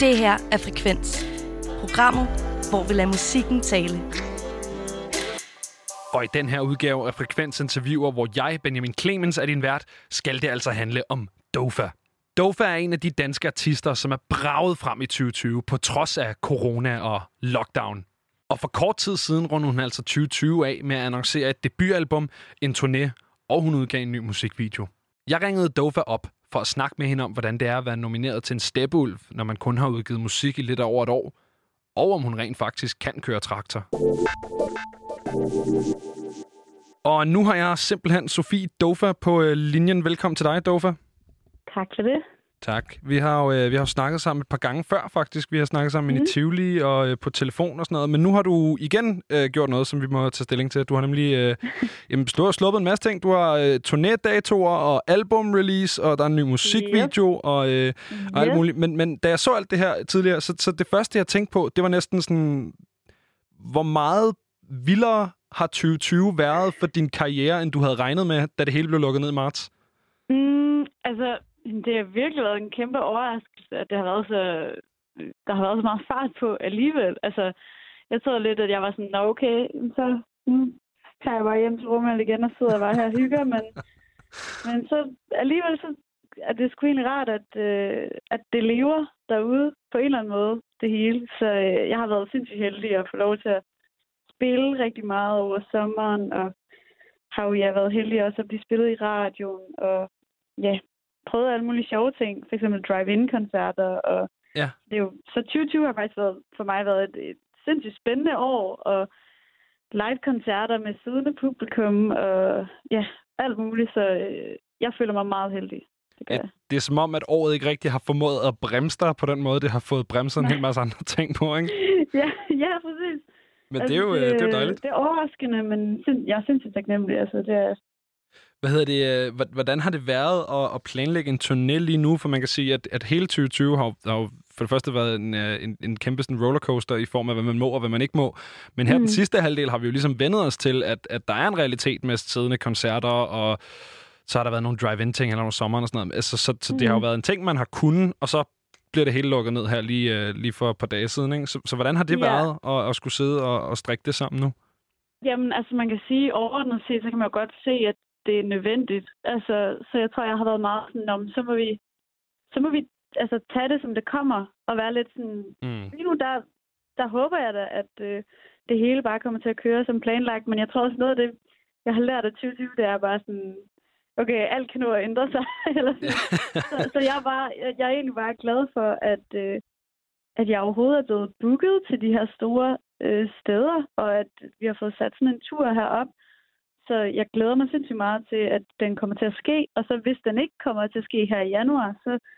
Det her er Frekvens. Programmet, hvor vi lader musikken tale. Og i den her udgave af Frekvens interviewer, hvor jeg, Benjamin Clemens, er din vært, skal det altså handle om Dofa. Dofa er en af de danske artister, som er braget frem i 2020 på trods af corona og lockdown. Og for kort tid siden rundede hun altså 2020 af med at annoncere et debutalbum, en turné, og hun udgav en ny musikvideo. Jeg ringede Dofa op for at snakke med hende om, hvordan det er at være nomineret til en steppeulv, når man kun har udgivet musik i lidt over et år, og om hun rent faktisk kan køre traktor. Og nu har jeg simpelthen Sofie Dofa på linjen. Velkommen til dig, Dofa. Tak for det. Tak. Vi har jo snakket sammen et par gange før, faktisk. Vi har snakket sammen i Tivoli og på telefon og sådan noget. Men nu har du igen gjort noget, som vi må tage stilling til. Du har nemlig sluppet en masse ting. Du har turnédatoer og albumrelease, og der er en ny musikvideo og alt muligt. Men da jeg så alt det her tidligere, så det første, jeg tænkte på, det var næsten sådan, hvor meget vildere har 2020 været for din karriere, end du havde regnet med, da det hele blev lukket ned i marts? Altså, det har virkelig været en kæmpe overraskelse, at der har været så meget fart på alligevel. Altså, jeg troede lidt, at jeg var sådan, okay, så tager jeg bare hjem til Rumæl igen og sidder bare her og hygger, men så alligevel så er det sgu egentlig rart, at det lever derude på en eller anden måde, det hele. Så jeg har været sindssygt heldig at få lov til at spille rigtig meget over sommeren, og har jo været heldig også at blive spillet i radioen, og ja, prøvet alle mulige sjove ting, for eksempel drive-in-koncerter, og ja. Det er jo, så 2020 har faktisk for mig været et sindssygt spændende år, og live-koncerter med siddende publikum, og ja, alt muligt, så jeg føler mig meget heldig. Det er som om, at året ikke rigtig har formået at bremse dig på den måde, det har fået bremset en hel masse andre ting på, ikke? Ja, præcis. Men altså, det er jo dejligt. Det er overraskende, men jeg er sindssygt taknemmelig. Altså, det er... Hvordan har det været at planlægge en turné lige nu? For man kan sige, at hele 2020 har jo for det første været en kæmpe sådan rollercoaster i form af, hvad man må og hvad man ikke må. Men her den sidste halvdel har vi jo ligesom vendet os til, at der er en realitet med siddende koncerter, og så har der været nogle drive-in-ting eller nogle sommeren og sådan noget. Altså, så det har jo været en ting, man har kunnet, og så bliver det hele lukket ned her lige for et par dage siden. Ikke? Så hvordan har det været at skulle sidde og strikke det sammen nu? Jamen, altså man kan sige, overordnet set, så kan man jo godt se, at det er nødvendigt. Altså, så jeg tror, jeg har været meget sådan, så må vi altså tage det, som det kommer, og være lidt sådan... Lige nu, der håber jeg da, at det hele bare kommer til at køre som planlagt, men jeg tror også noget af det, jeg har lært af 2020, det er bare sådan... Okay, alt kan nu ændre sig. Eller så jeg er egentlig bare glad for, at jeg overhovedet er blevet booket til de her store steder, og at vi har fået sat sådan en tur herop. Så jeg glæder mig sindssygt meget til, at den kommer til at ske. Og så hvis den ikke kommer til at ske her i januar,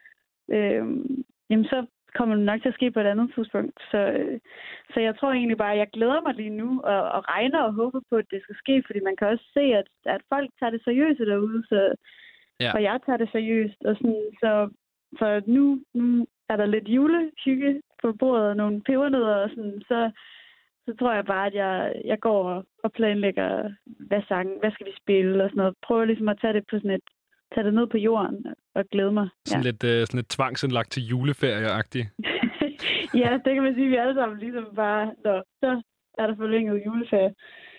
så kommer den nok til at ske på et andet tidspunkt. Så jeg tror egentlig bare, at jeg glæder mig lige nu og regner og håber på, at det skal ske. Fordi man kan også se, at folk tager det seriøst derude, og jeg tager det seriøst. Og sådan, så nu er der lidt julehygge på bordet og nogle pebernødder og sådan, så tror jeg bare, at jeg går og planlægger, hvad skal vi spille og sådan noget. Prøver ligesom at tage det på sådan tage det ned på jorden og glæde mig. Sådan lidt tvangsindlagt til juleferie-agtigt. Ja, det kan man sige, vi alle sammen ligesom bare, så er der forlænget juleferie.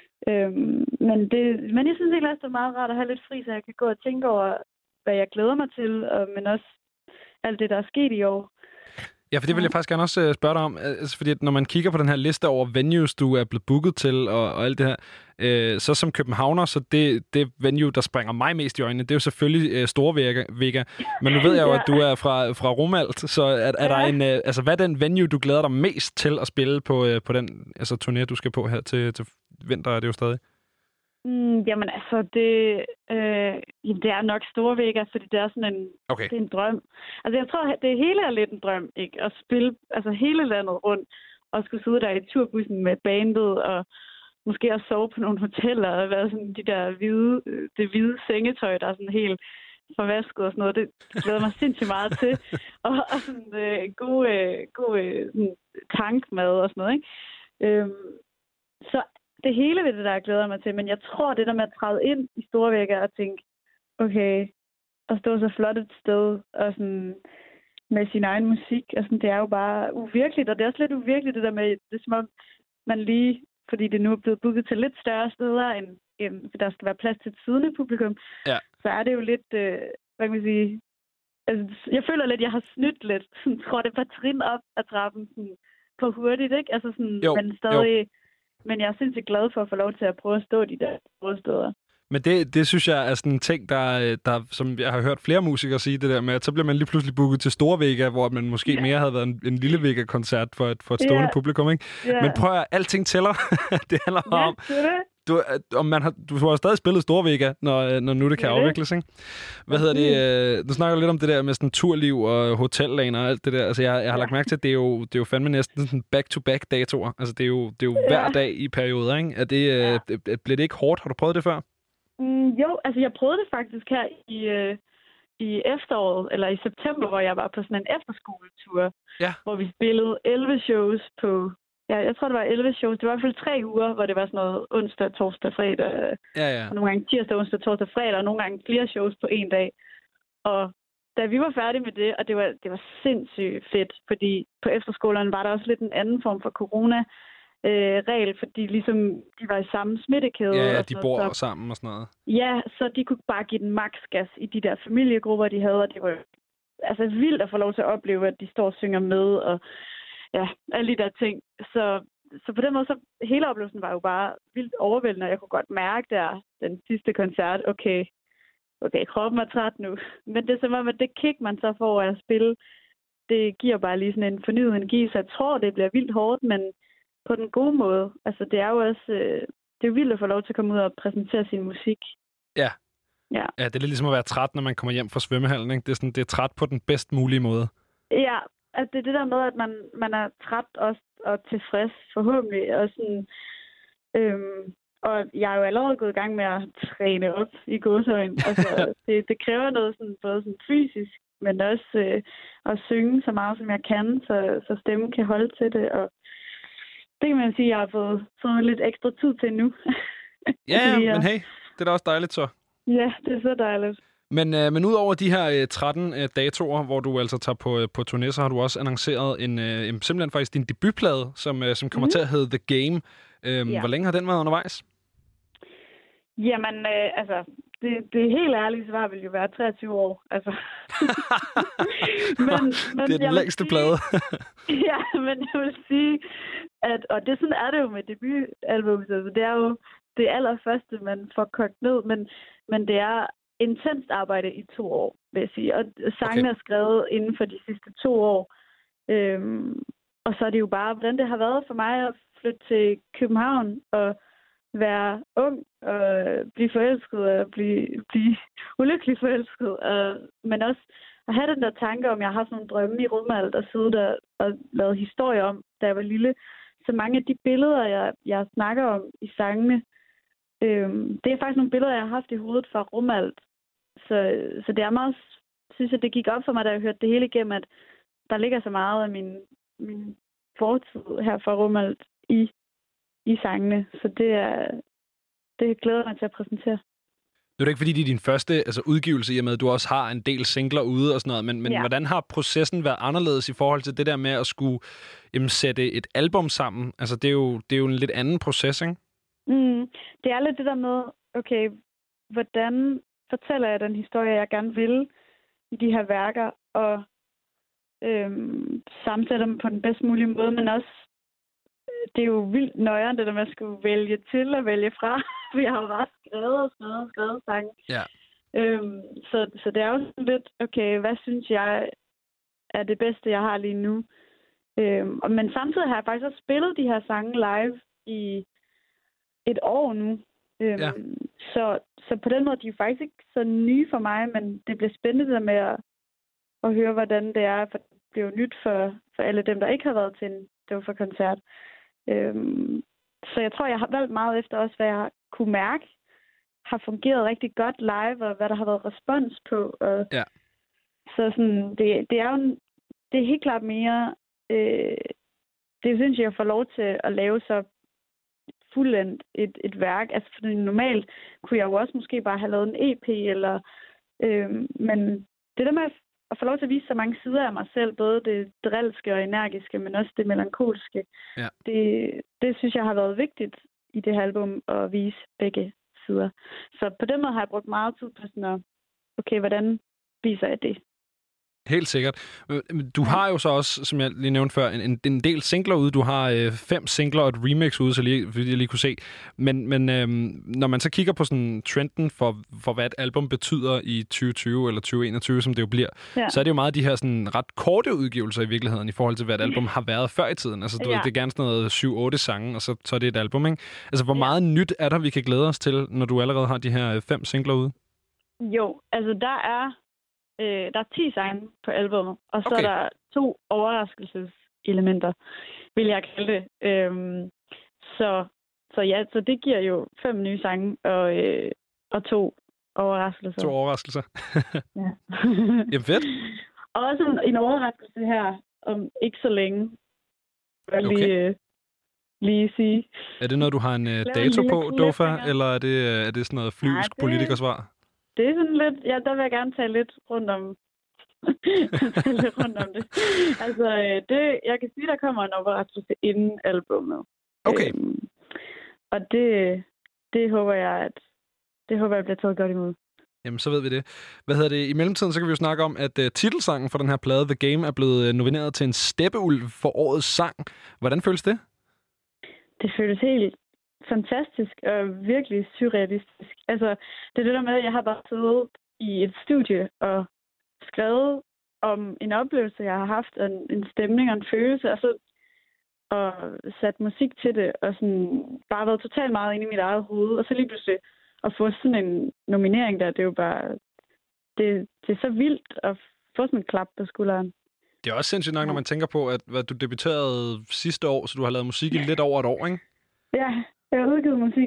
Men jeg synes egentlig også, det er meget rart at have lidt fri, så jeg kan gå og tænke over, hvad jeg glæder mig til, men også alt det, der er sket i år. Ja, for det vil jeg faktisk gerne også spørge dig om, altså, fordi når man kigger på den her liste over venues, du er blevet booket til og alt det her, så som københavner, så det venue, der springer mig mest i øjnene, det er jo selvfølgelig Store Vega. Men nu ved jeg jo, at du er fra Romalt, så er der en, altså hvad er den venue, du glæder dig mest til at spille på den altså turné, du skal på her til vinter, er det jo stadig? Jamen altså, det er nok Store Vega, fordi det er sådan en, det er en drøm. Altså jeg tror, det hele er lidt en drøm, ikke? At spille altså hele landet rundt, og skulle sidde der i turbussen med bandet, og måske også sove på nogle hoteller, og være sådan det hvide sengetøj, der er sådan helt forvasket og sådan noget. Det glæder mig sindssygt meget til. Og sådan god tankmad og sådan noget, ikke? Så det hele ved det, der glæder mig til, men jeg tror, det der med at træde ind i Storvægger og tænke, okay, at stå så flot et sted, og sådan med sin egen musik. Altså, det er jo bare uvirkeligt, og det er også lidt uvirkeligt, det der med, det er som om man lige, fordi det nu er blevet booket til lidt større steder, end der skal være plads til et siddende publikum, så er det jo lidt, hvad kan man sige, altså, jeg føler lidt, jeg har snydt lidt. Sådan, tror det par trin op ad trappen sådan, for hurtigt, ikke? Altså sådan, men stadig... Men jeg er sindssygt glad for at få lov til at prøve at stå de der steder. Men det synes jeg er sådan en ting, der, som jeg har hørt flere musikere sige, det der med, at så bliver man lige pludselig booket til Store Vega, hvor man måske mere havde været en lille Vega-koncert for et stående publikum, ikke? Men prøv at alting tæller. Det handler om... Du har stadig spillet Store Vega, når nu det kan afvikles, ikke? Hvad hedder det? Du snakker lidt om det der med sådan turliv og hotellaner og alt det der. Altså, jeg har lagt mærke til, at det er jo fandme næsten sådan back-to-back datoer. Altså, det er jo hver dag i perioder, ikke? Er det, bliver det ikke hårdt? Har du prøvet det før? Jo, altså jeg prøvede det faktisk her i efteråret, eller i september, hvor jeg var på sådan en efterskoletur, hvor vi spillede 11 shows på... Ja, jeg tror, det var 11 shows. Det var i hvert fald 3 uger, hvor det var sådan noget onsdag, torsdag, fredag. Og nogle gange tirsdag, onsdag, torsdag, fredag, og nogle gange flere shows på en dag. Og da vi var færdige med det, og det var sindssygt fedt, fordi på efterskolerne var der også lidt en anden form for corona-regel, fordi ligesom de var i samme smittekæde. Ja, og de bor sammen og sådan noget. Ja, så de kunne bare give den maksgas i de der familiegrupper, de havde, og det var altså vildt at få lov til at opleve, at de står og synger med, og ja, alle de der ting. Så på den måde, så hele oplevelsen var jo bare vildt overvældende, og jeg kunne godt mærke der, den sidste koncert, okay, kroppen er træt nu. Men det er som om, at det kick, man så får af at spille, det giver bare lige sådan en fornyet energi, så jeg tror, det bliver vildt hårdt, men på den gode måde. Altså, det er jo også, det er vildt at få lov til at komme ud og præsentere sin musik. Ja, det er lidt ligesom at være træt, når man kommer hjem fra svømmehallen, ikke? Det er træt på den bedst mulige måde. Ja, at det er det der med, at man er træt også og tilfreds, forhåbentlig. Og, sådan, og jeg er jo allerede gået i gang med at træne op i gåseøjne. Altså, det kræver noget sådan, både sådan fysisk, men også at synge så meget, som jeg kan, så stemmen kan holde til det. Og det kan man sige, at jeg har fået lidt ekstra tid til nu. Ja, men hey, det er da også dejligt så. Ja, det er så dejligt. Men ud over de her 13 datoer, hvor du altså tager på turné, så har du også annonceret simpelthen faktisk din debutplade, som kommer til at hedde The Game. Hvor længe har den været undervejs? Jamen, altså, det helt ærlige svar vil jo være 23 år. Altså. men det er den længste plade. Ja, men jeg vil sige, at, og det sådan er det jo med debutalbummet, altså, det er jo det allerførste, man får kogt ned, men det er intenst arbejde i 2 år, vil jeg sige. Og sangene er skrevet inden for de sidste 2 år. Og så er det jo bare, hvordan det har været for mig at flytte til København og være ung og blive forelsket og blive ulykkelig forelsket. Men også at have den der tanke om, jeg har sådan nogle drømme i Romalt og sidde der og lavet historier om, da jeg var lille. Så mange af de billeder, jeg snakker om i sangene, det er faktisk nogle billeder, jeg har haft i hovedet fra Romalt. Så det er meget, synes jeg, det gik op for mig, da jeg hørte det hele igennem, at der ligger så meget af min fortid her fra Romalt i sangene. Så det glæder mig til at præsentere. Nu er det ikke, fordi det er din første udgivelse, i og med, at du også har en del singler ude og sådan noget, men hvordan har processen været anderledes i forhold til det der med at skulle sætte et album sammen? Altså, det er jo en lidt anden proces, ikke? Det er lidt det der med, okay, hvordan fortæller jeg den historie, jeg gerne vil i de her værker, og sammensætter dem på den bedst mulige måde, men også, det er jo vildt nøjere, det der med at skulle vælge til og vælge fra, for jeg har jo bare skrevet sange. Ja. Så det er jo sådan lidt, okay, hvad synes jeg er det bedste, jeg har lige nu? Men samtidig har jeg faktisk også spillet de her sange live i et år nu. Så på den måde, de er faktisk ikke så nye for mig, men det bliver spændende med at høre, hvordan det er, for det bliver jo nyt for alle dem, der ikke har været til en Dofa-koncert. Så jeg tror, jeg har valgt meget efter også, hvad jeg kunne mærke har fungeret rigtig godt live, og hvad der har været respons på. Og så sådan, det er jo det er helt klart mere, det synes jeg får lov til at lave så fuldendt et værk. Altså, for normalt kunne jeg jo også måske bare have lavet en EP, men det der med at få lov til at vise så mange sider af mig selv, både det drilske og energiske, men også det melankolske. Ja. Det synes jeg har været vigtigt i det her album, at vise begge sider. Så på den måde har jeg brugt meget tid på sådan at, okay, hvordan viser jeg det? Helt sikkert. Du har jo så også, som jeg lige nævnte før, en del singler ude. Du har 5 singler og et remix ude, så jeg lige kunne se. Men når man så kigger på sådan trenden for hvad et album betyder i 2020 eller 2021, som det jo bliver, så er det jo meget de her sådan ret korte udgivelser i virkeligheden, i forhold til hvad et album har været før i tiden. Altså, det er gerne sådan noget 7-8 sange, og så er det et album, ikke? Altså, hvor meget nyt er der, vi kan glæde os til, når du allerede har de her 5 singler ude? Jo, altså der er 10 sange på albumet, og så er der 2 overraskelseselementer, vil jeg kalde det. Så det giver jo 5 nye sange og 2 overraskelser. 2 overraskelser. Ja. Jamen fedt. Og også en overraskelse her om ikke så længe. Lige sige. Er det noget, du har en dato på, Dofa, eller er det sådan noget flyvsk politikersvar? Det er sådan lidt, ja, der vil jeg gerne tale lidt rundt om det. Altså, jeg kan sige, der kommer en overraskelse inden albumet. Okay. Og det håber jeg bliver taget godt imod. Jamen, så ved vi det. Hvad hedder det? I mellemtiden, så kan vi jo snakke om, at titelsangen for den her plade, The Game, er blevet nomineret til en steppeulv for årets sang. Hvordan føles det? Det føles helt fantastisk og virkelig surrealistisk. Altså, det er det der med, at jeg har bare siddet i et studie og skrevet om en oplevelse, jeg har haft, en stemning og en følelse, og sat musik til det, og sådan bare været totalt meget inde i mit eget hoved. Og så lige pludselig at få sådan en nominering der, det er jo bare, det er så vildt at få sådan en klap på skulderen. Det er også sindssygt nok, når man tænker på, at du debuterede sidste år, så du har lavet musik i lidt over et år, ikke? Ja, jeg har udgivet musik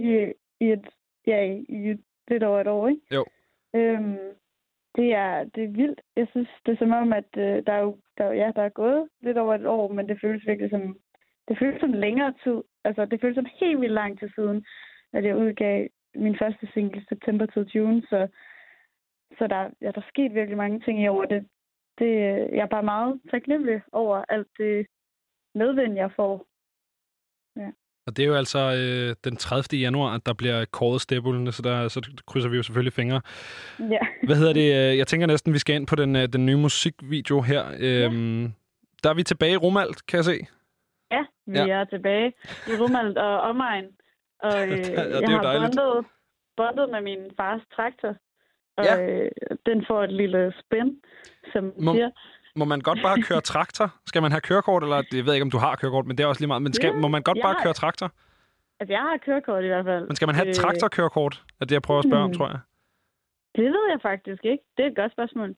i lidt over et år, ikke? Jo. Det er vildt. Jeg synes, det er som om, at der er gået lidt over et år, men det føles virkelig som længere tid. Altså, det føles som helt vildt lang tid siden, at jeg udgav min første single september 2020. Så der er sket virkelig mange ting i år. Jeg er bare meget taknemmelig over alt det medvind, jeg får. Ja. Og det er jo altså den 30. januar, at der bliver kåret steppeulvene, så krydser vi jo selvfølgelig fingre. Ja. Hvad hedder det? Jeg tænker næsten, vi skal ind på den nye musikvideo her. Der er vi tilbage i Romalt, kan jeg se. Ja, vi er tilbage i Romalt og omegn. Og jeg har bondet med min fars traktor. Og den får et lille spin, som siger. Må man godt bare køre traktor? Skal man have kørekort, eller jeg ved ikke, om du har kørekort, men det er også lige meget. Men må man godt bare køre traktor? Altså, jeg har kørekort i hvert fald. Men skal man have et traktorkørekort? Er det, jeg prøver at spørge om, tror jeg? Det ved jeg faktisk ikke. Det er et godt spørgsmål.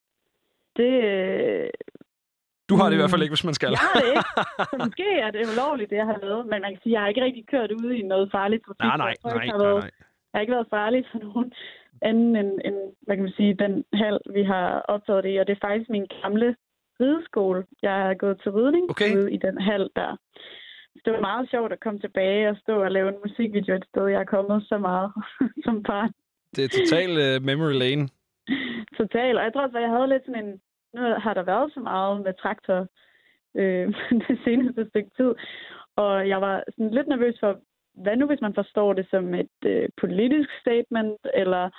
Du har det i hvert fald ikke, hvis man skal. Jeg har det ikke. Så måske er det ulovligt, det jeg har lavet. Men man kan sige, at jeg har ikke rigtig kørt ude i noget farligt trafik. Nej. Jeg har ikke været farlig for nogen anden end hvad kan man sige, den hal, vi har optaget det i. Og det er faktisk min gamle rideskole. Jeg har gået til ridning ude i den hal der. Det var meget sjovt at komme tilbage og stå og lave en musikvideo et sted. Jeg er kommet så meget som barn. Det er total memory lane. Total. Og jeg tror også, at jeg havde lidt sådan en... Nu har der været så meget med traktor det seneste stykke tid. Og jeg var sådan lidt nervøs for, hvad nu hvis man forstår det som et politisk statement, eller...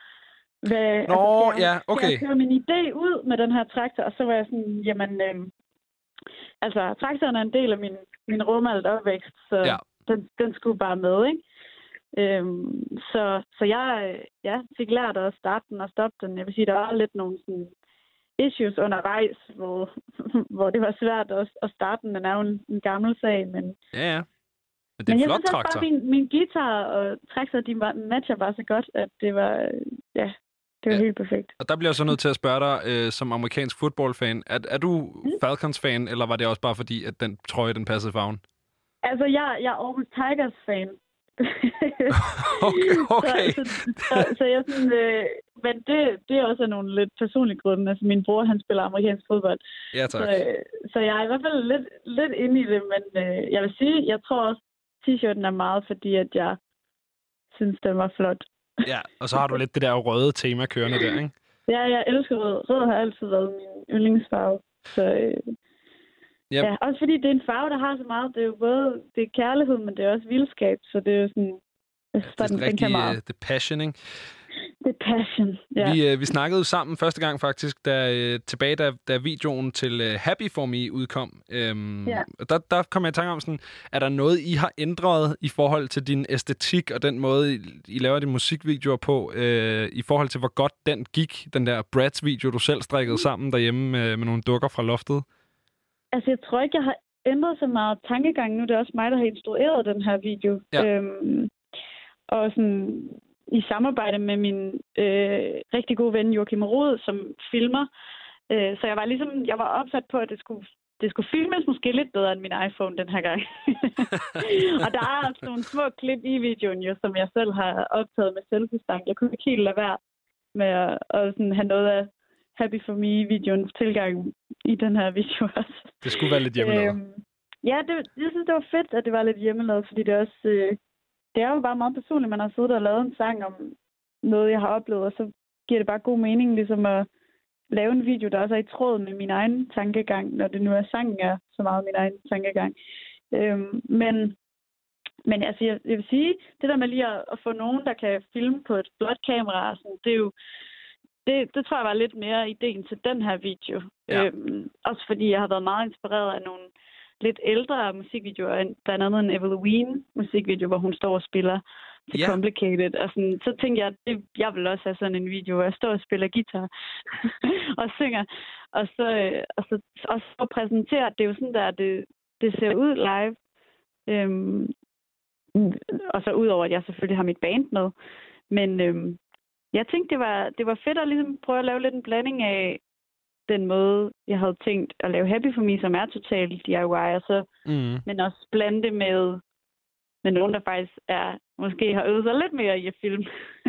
okay. Jeg kørte min idé ud med den her traktor, og så var jeg sådan, jamen... traktoren er en del af min Romalt opvækst, så den skulle bare med, ikke? Så jeg fik lært at starte den og stoppe den. Jeg vil sige, der var lidt nogle sådan issues undervejs, hvor det var svært at starte den. Den er jo en gammel sag, men... Ja. Men det er en flot traktor. Bare min guitar og traktor, de matcher bare så godt, at det var... Det var helt perfekt. Og der bliver jeg så nødt til at spørge dig, som amerikansk fodboldfan, er du Falcons-fan, eller var det også bare fordi, at den trøje, den passede farven? Altså, jeg er Aarhus Tigers-fan. Okay. Så jeg sådan... men det er også nogle lidt personlige grunde. Altså, min bror, han spiller amerikansk fodbold. Ja, tak. Så jeg er i hvert fald lidt inde i det, men jeg vil sige, jeg tror også, t-shirten er meget, fordi at jeg synes, den var flot. Ja, og så har du lidt det der røde tema kørende der, ikke? Ja, jeg elsker rød. Rød har altid været yndlingsfarve. Så ja, også fordi det er en farve, der har så meget. Det er jo både det er kærlighed, men det er også vildskab. Så det er jo sådan... Det er sådan rigtig the passion, ikke? The passion, ja. Vi snakkede jo sammen første gang faktisk, da videoen til Happy For Me udkom. Der kom jeg i tanke om sådan, er der noget, I har ændret i forhold til din æstetik og den måde, I laver dine musikvideoer på, i forhold til, hvor godt den gik, den der Bratz-video, du selv strikkede sammen derhjemme med nogle dukker fra loftet? Altså, jeg tror ikke, jeg har ændret så meget tankegang nu. Det er også mig, der har instrueret den her video. Ja. Og sådan... i samarbejde med min rigtig gode ven Joachim Rod, som filmer. Så jeg var opsat på, at det skulle filmes måske lidt bedre end min iPhone den her gang. Og der er også nogle små klip i videoen, jo, som jeg selv har optaget med selfie-stang. Jeg kunne ikke helt lade være med at sådan have noget af Happy For Me-videoens tilgang i den her video også. Det skulle være lidt hjemmelavet. Ja, jeg synes, det var fedt, at det var lidt hjemmelavet, fordi det også... det er jo bare meget personligt, man har siddet og lavet en sang om noget, jeg har oplevet, og så giver det bare god mening ligesom at lave en video, der også er i tråd med min egen tankegang, når det nu er sangen er så meget min egen tankegang. Men altså, jeg vil sige, det der med lige at få nogen, der kan filme på et blåt kamera, sådan, det er jo det tror jeg var lidt mere ideen til den her video. Ja. Også fordi jeg har været meget inspireret af nogle lidt ældre musikvideoer, blandt andet en Evelyn musikvideo, hvor hun står og spiller The Complicated. Og sådan, så tænkte jeg, at jeg vil også have sådan en video, hvor jeg står og spiller guitar og synger. Og så præsentere, det er jo sådan der, det ser ud live. Og så udover, at jeg selvfølgelig har mit band med. Men jeg tænkte, det var fedt at ligesom prøve at lave lidt en blanding af den måde, jeg havde tænkt at lave Happy For Me, som er totalt DIY, og så, men også blande det med nogen, der faktisk måske har øvet sig lidt mere i at filme,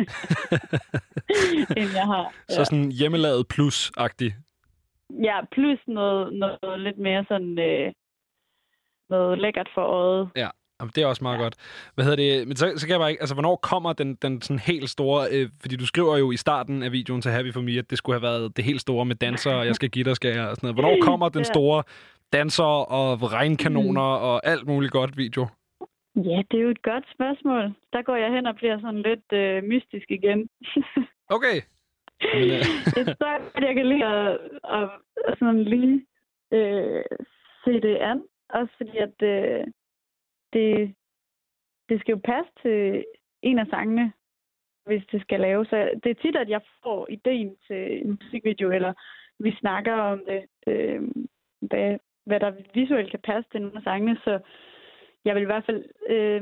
end jeg har. Ja. Så sådan hjemmelavet plus-agtig? Ja, plus noget lidt mere sådan noget lækkert for øjet. Ja. Det er også meget godt. Hvad hedder det? Men så kan jeg bare ikke... Altså, hvornår kommer den sådan helt store... fordi du skriver jo i starten af videoen til Happy For Me, at det skulle have været det helt store med danser, og jeg skal give dig, skal jeg, og sådan noget. Hvornår kommer den store danser og regnkanoner og alt muligt godt video? Ja, det er jo et godt spørgsmål. Der går jeg hen og bliver sådan lidt mystisk igen. Okay. Men, jeg tror, at jeg kan lide at sådan lige se det an. Også fordi, at det skal jo passe til en af sangene, hvis det skal laves. Så det er tit, at jeg får ideen til en musikvideo, eller vi snakker om det, hvad der visuelt kan passe til nogle af sangene. Så jeg vil i hvert fald...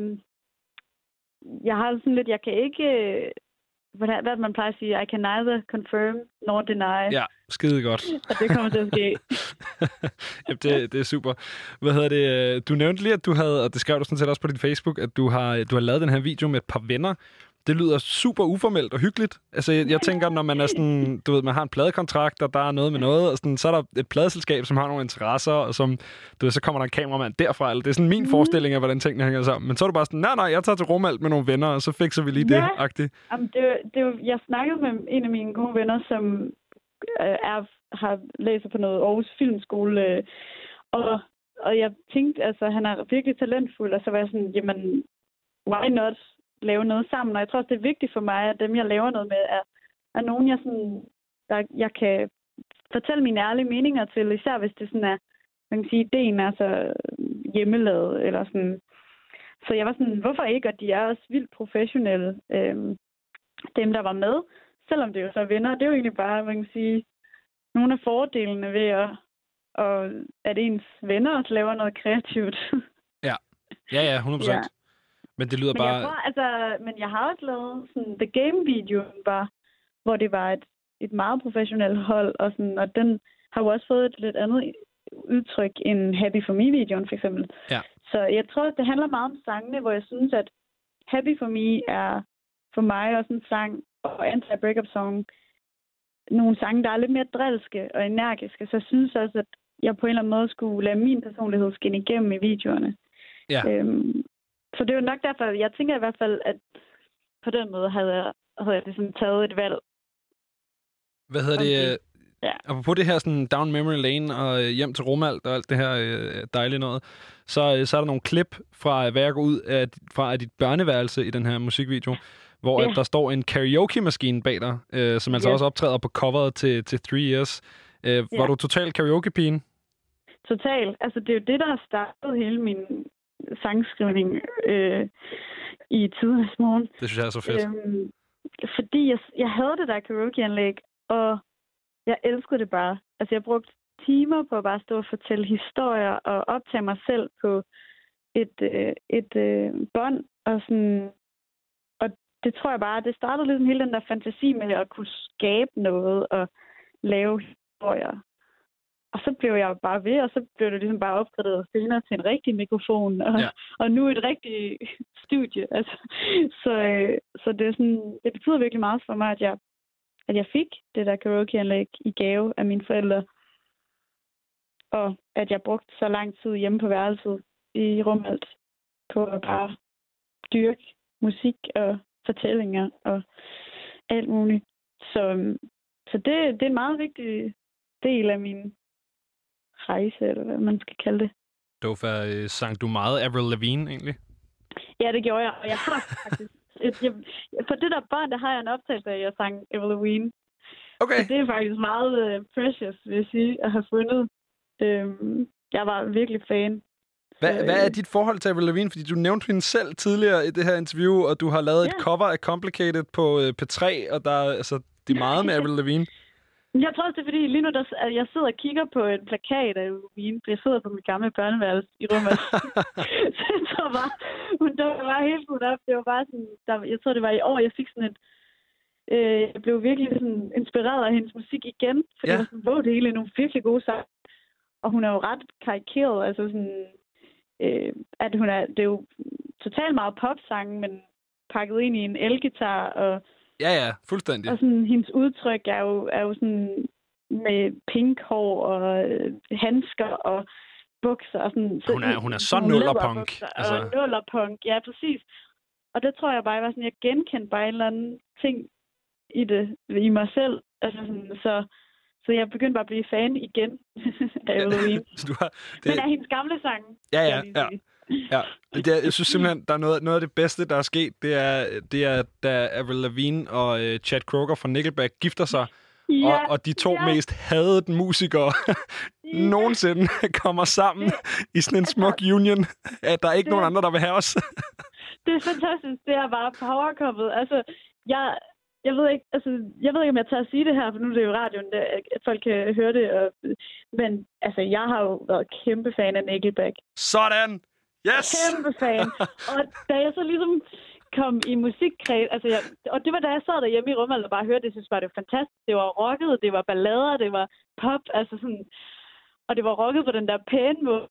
jeg har sådan lidt... Jeg kan ikke... Hvad man plejer at sige? I can neither confirm nor deny. Ja, skide godt. Og det kommer til at ske. Jamen, det er super. Hvad hedder det? Du nævnte lige, at du havde, og det skrev du sådan set også på din Facebook, at du har lavet den her video med et par venner. Det lyder super uformelt og hyggeligt. Altså, jeg tænker, når man er sådan, du ved, man har en pladekontrakt, og der er noget med noget, og sådan, så er der et pladeselskab, som har nogle interesser, og som, du ved, så kommer der en kameramand derfra. Eller det er sådan min forestilling af, hvordan tingene hænger sammen. Men så er du bare sådan, nej, jeg tager til Romalt med nogle venner, og så fikser vi lige det-agtigt. Jamen, jeg snakkede med en af mine gode venner, som har læst på noget Aarhus Filmskole, og jeg tænkte, altså, han er virkelig talentfuld, og så var jeg sådan, jamen, why not lave noget sammen? Og jeg tror også, det er vigtigt for mig, at dem, jeg laver noget med, er nogen, jeg kan fortælle mine ærlige meninger til, især hvis det sådan er, man kan sige, ideen er så hjemmelavet, eller sådan. Så jeg var sådan, hvorfor ikke? Og de er også vildt professionelle, dem, der var med, selvom det jo så er venner. Det er jo egentlig bare, man kan sige, nogle af fordelene ved at ens venner også laver noget kreativt. Ja, 100%. Ja. Men det lyder bare... Men jeg har også lavet sådan The Game-video, hvor det var et meget professionelt hold, og den har jo også fået et lidt andet udtryk end Happy For Me-videoen, for eksempel. Ja. Så jeg tror, det handler meget om sangene, hvor jeg synes, at Happy For Me er for mig også en sang, og Anti-Breakup Song, nogle sange, der er lidt mere drilske og energiske. Så jeg synes også, at jeg på en eller anden måde skulle lade min personlighed skinne igennem i videoerne. Ja. Så det er jo nok derfor, jeg tænker i hvert fald, at på den måde havde jeg ligesom taget et valg. Hvad hedder det? Ja. Og på det her sådan down memory lane og hjem til Romalt og alt det her dejlige noget, så er der nogle klip fra, hvad jeg går ud fra dit børneværelse i den her musikvideo, hvor at der står en karaoke-maskine bag dig, som altså også optræder på coveret til 3 Years. Var du total karaoke-pigen? Total. Altså, det er jo det, der har startet hele min sangskrivning i tidernes morgen. Det synes jeg er så fedt. Fordi jeg havde det der karaoke-anlæg, og jeg elskede det bare. Altså, jeg brugte timer på at bare stå og fortælle historier og optage mig selv på et bånd. Og sådan, og det tror jeg bare, det startede ligesom hele den der fantasi med at kunne skabe noget og lave historier. Og så blev jeg bare ved, og så blev det ligesom bare opgraderet senere til en rigtig mikrofon, og nu et rigtigt studie. Altså, så det er sådan, det betyder virkelig meget for mig, at jeg fik det der karaoke-anlæg i gave af mine forældre, og at jeg brugte så lang tid hjemme på værelset i Romalt på at bare dyrke musik og fortællinger og alt muligt. Så det er en meget vigtig del af min rejse, eller hvad man skal kalde det. Dofa, sang du meget Avril Lavigne egentlig? Ja, det gjorde jeg, og jeg har faktisk... på det der bånd, der har jeg en optagelse af, at jeg sang Avril Lavigne. Okay. Så det er faktisk meget precious, vil jeg sige, at have fundet. Jeg var virkelig fan. Hvad er dit forhold til Avril Lavigne? Fordi du nævnte hende selv tidligere i det her interview, og du har lavet et cover af Complicated på P3, og der er det er meget med Avril Lavigne. Jeg tror også, det er fordi, lige nu, at jeg sidder og kigger på en plakat af Lavigne, fordi jeg sidder på mit gamle børneværelse i rummet. Så jeg tror bare, hun var helt fuldt op. Det var bare sådan, jeg tror, det var i år, jeg fik sådan et... jeg blev virkelig sådan inspireret af hendes musik igen, fordi det var sådan, det hele er nogle virkelig gode sange. Og hun er jo ret karikeret, altså sådan... at det er jo totalt meget popsange, men pakket ind i en elgitar, og ja, fuldstændig. Og sådan, hendes udtryk er jo sådan med pink hår og handsker og bukser. Og sådan, hun er så nullerpunk. Altså. Og nullerpunk, ja, præcis. Og det tror jeg bare, jeg genkendte bare en eller anden ting i mig selv. Altså sådan, så jeg begyndte bare at blive fan igen af Halloween. Men af hendes gamle sange. Ja. Jeg synes simpelthen, der er noget af det bedste, der er sket. Det er da Avril Lavigne og Chad Kroeger fra Nickelback gifter sig. Og de to mest hadede musikere nogensinde kommer sammen i sådan en smuk union, at der er ikke nogen andre, der vil have os. Det er fantastisk. Det er bare powerkoppet. Altså, jeg ved ikke, om jeg tager at sige det her, for nu er det jo radioen, at folk kan høre det. Men altså, jeg har jo været kæmpe fan af Nickelback. Sådan! Yes! Kæmpe fan. Og da jeg så ligesom kom i musikkreds, og det var da jeg sad derhjemme i rummet og bare hørte det, synes jeg, det var fantastisk. Det var rocket, det var ballader, det var pop, altså sådan, og det var rocket på den der pæne måde.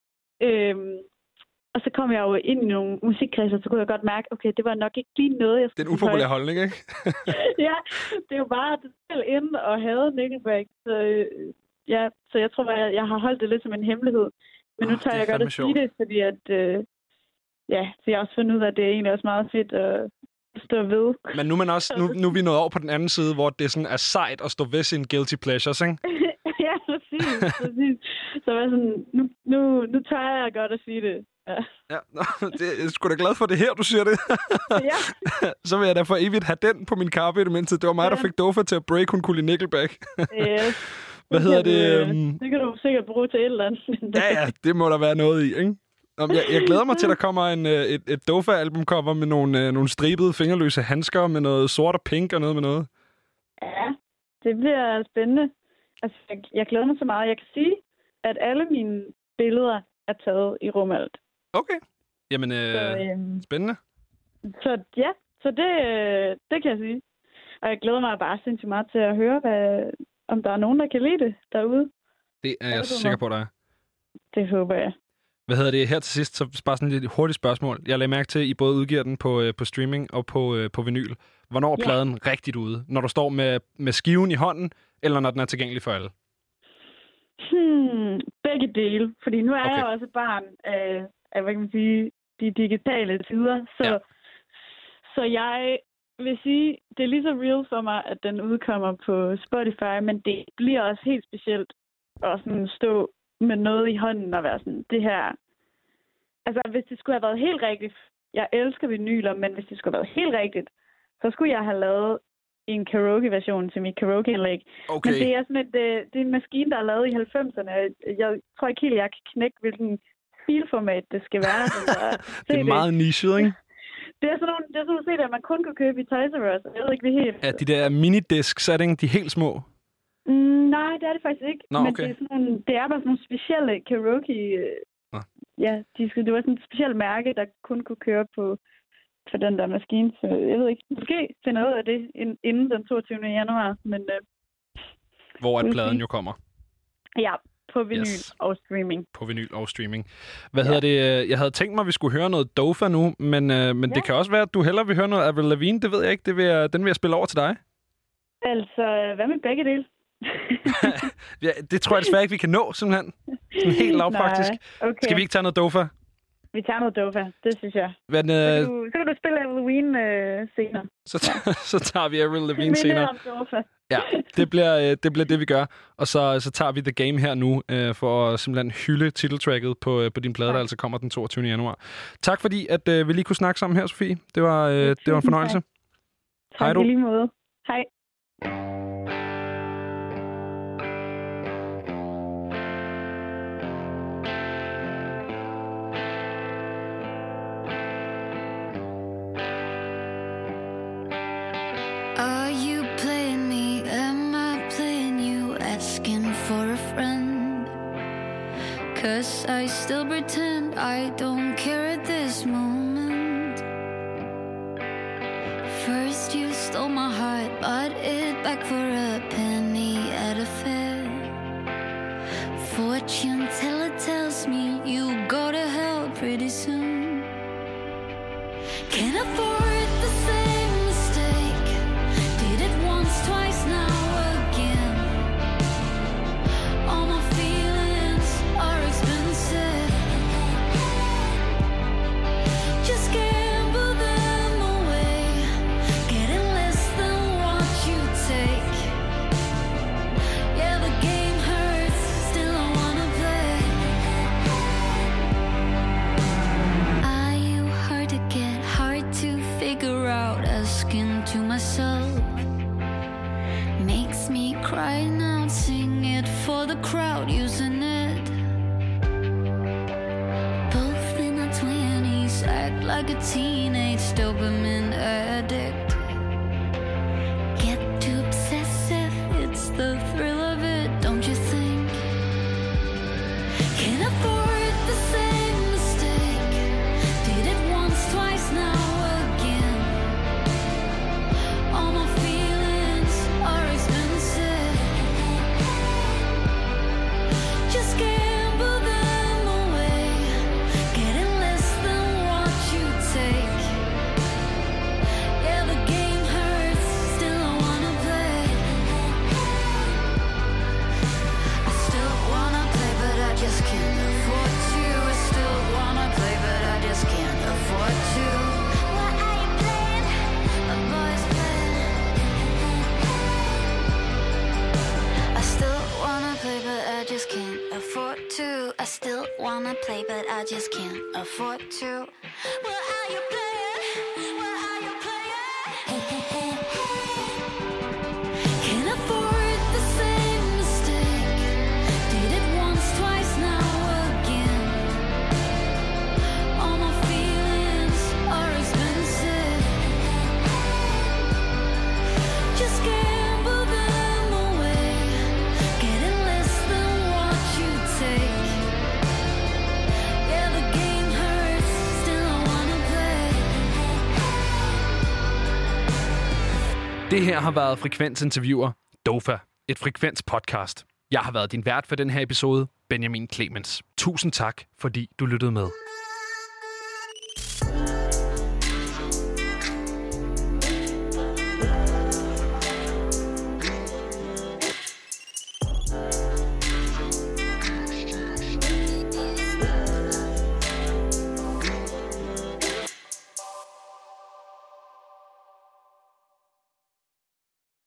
Og så kom jeg jo ind i nogle musikkredser, så kunne jeg godt mærke, okay, det var nok ikke lige noget, jeg skulle... Det er en upopulær holdning, ikke? Ja, det er jo bare selv ind og havde Nickelback. Så jeg tror, jeg har holdt det lidt som en hemmelighed. Men nu tør jeg godt at sige det, fordi at... så jeg har også fundet ud af, at det er egentlig også meget fedt at stå ved. Men nu er vi nået over på den anden side, hvor det sådan er sejt at stå ved sine guilty pleasures, ikke? Ja, præcis. Så var sådan, nu tør jeg godt at sige det. Ja, jeg er sgu da glad for det her, du siger det. Ja. Så vil jeg da for evigt have den på min kappe i det mindste. Det var mig, der fik Dofa til at break, hun kunne lide Nickelback. Yes. Hvad hedder det? Det kan du sikkert bruge til et eller andet. Ja, det må der være noget i, ikke? Jeg glæder mig til, at der kommer et Dofa-album-cover med nogle stribede, fingerløse handsker med noget sort og pink og noget med noget. Ja, det bliver spændende. Altså, jeg glæder mig så meget. Jeg kan sige, at alle mine billeder er taget i Romalt. Okay. Jamen, spændende. Så det kan jeg sige. Og jeg glæder mig bare sindssygt meget til at høre, om der er nogen, der kan lide det derude. Det er jeg sikker på, der er. Det håber jeg. Hvad hedder det her til sidst? Så bare sådan et hurtigt spørgsmål. Jeg lagde mærke til, at I både udgiver den på streaming og på vinyl. Hvornår er pladen rigtigt ude? Når du står med skiven i hånden, eller når den er tilgængelig for alle? Begge dele. Fordi nu er jeg også barn af, hvad kan man sige, de digitale tider. Så jeg vil sige, det er lige så real for mig, at den udkommer på Spotify, men det bliver også helt specielt at sådan stå med noget i hånden og være sådan, det her... Altså, hvis det skulle have været helt rigtigt... Jeg elsker vinyler, men hvis det skulle have været helt rigtigt, så skulle jeg have lavet en karaoke-version til mit karaoke-indlæg. Okay. Men det er sådan det er en maskine, der er lavet i 90'erne. Jeg tror ikke helt, jeg kan knække, hvilken filformat det skal være. Det er meget nichet, ikke? Det er sådan nogle CD'er, man kun kan købe i Toys R Us. Jeg ved ikke, vi helt... Ja, de der minidiscs, er det ikke? De helt små? Nej, det er det faktisk ikke. Nå, men okay. det er bare sådan nogle specielle karaoke... Ja, det var sådan et specielt mærke, der kun kunne køre på den der maskine. Så jeg ved ikke, måske finder ud af det inden den 22. januar. Men, hvor at pladen jo kommer. Ja, på vinyl og streaming. På vinyl og streaming. Hvad hedder det? Jeg havde tænkt mig, at vi skulle høre noget Dofa nu, men det kan også være, at du hellere vil høre noget Avril Lavigne. Det ved jeg ikke. Den vil jeg spille over til dig. Altså, hvad med begge dele? Ja, det tror jeg desværre ikke, vi kan nå, simpelthen. Sådan helt lavpraktisk. Okay. Skal vi ikke tage noget Dofa? Vi tager noget Dofa, det synes jeg. Men, så kan du spille Avril Lavigne senere. Så tager vi Avril Lavigne senere. Ja, det bliver det, vi gør. Og så tager vi The Game her nu, for at simpelthen hylde titeltracket på din plade, der altså kommer den 22. januar. Tak fordi, at vi lige kunne snakke sammen her, Sofie. Det var en fornøjelse. Tak i lige måde. Hej. Are you playing me? Am I playing you? Asking for a friend? 'Cause I still pretend I don't care at this moment. First you stole my heart, bought it back for a penny at a fair. Fortune teller tells me you go to hell pretty soon. Can't afford the same mistake. Did it once, twice, now again. All my feelings are expensive. Just gamble them away. Getting less than what you take. Yeah, the game hurts, still I wanna play. Are you hard to get, hard to figure out? Asking to myself makes me cry now. Sing it for the crowd, using it. Both in our 20s, act like a teenage dopamine addict. Get too obsessive, it's the thrill of it, don't you think? Can't afford the same mistake. Did it once, twice, now again. All my feelings are expensive. Just gamble them away. Getting less than what you take. Yeah, the game hurts, still I wanna play. I still wanna play, but I just can't afford to. I still wanna play, but I just can't afford to. What are you playing? A boy's playing. I still wanna play, but I just can't afford to. I still wanna play, but I just can't afford to. What are you playing? What are you playing? Can't afford the same mistake. Did it once, twice, now again. All my feelings are expensive. Just gamble them away. Getting less than what you take. Yeah, the game hurts, still I wanna play. Det her har været Frekvens Interviewer Dofa, et Frekvens podcast. Jeg har været din vært for den her episode, Benjamin Clemens. Tusind tak, fordi du lyttede med.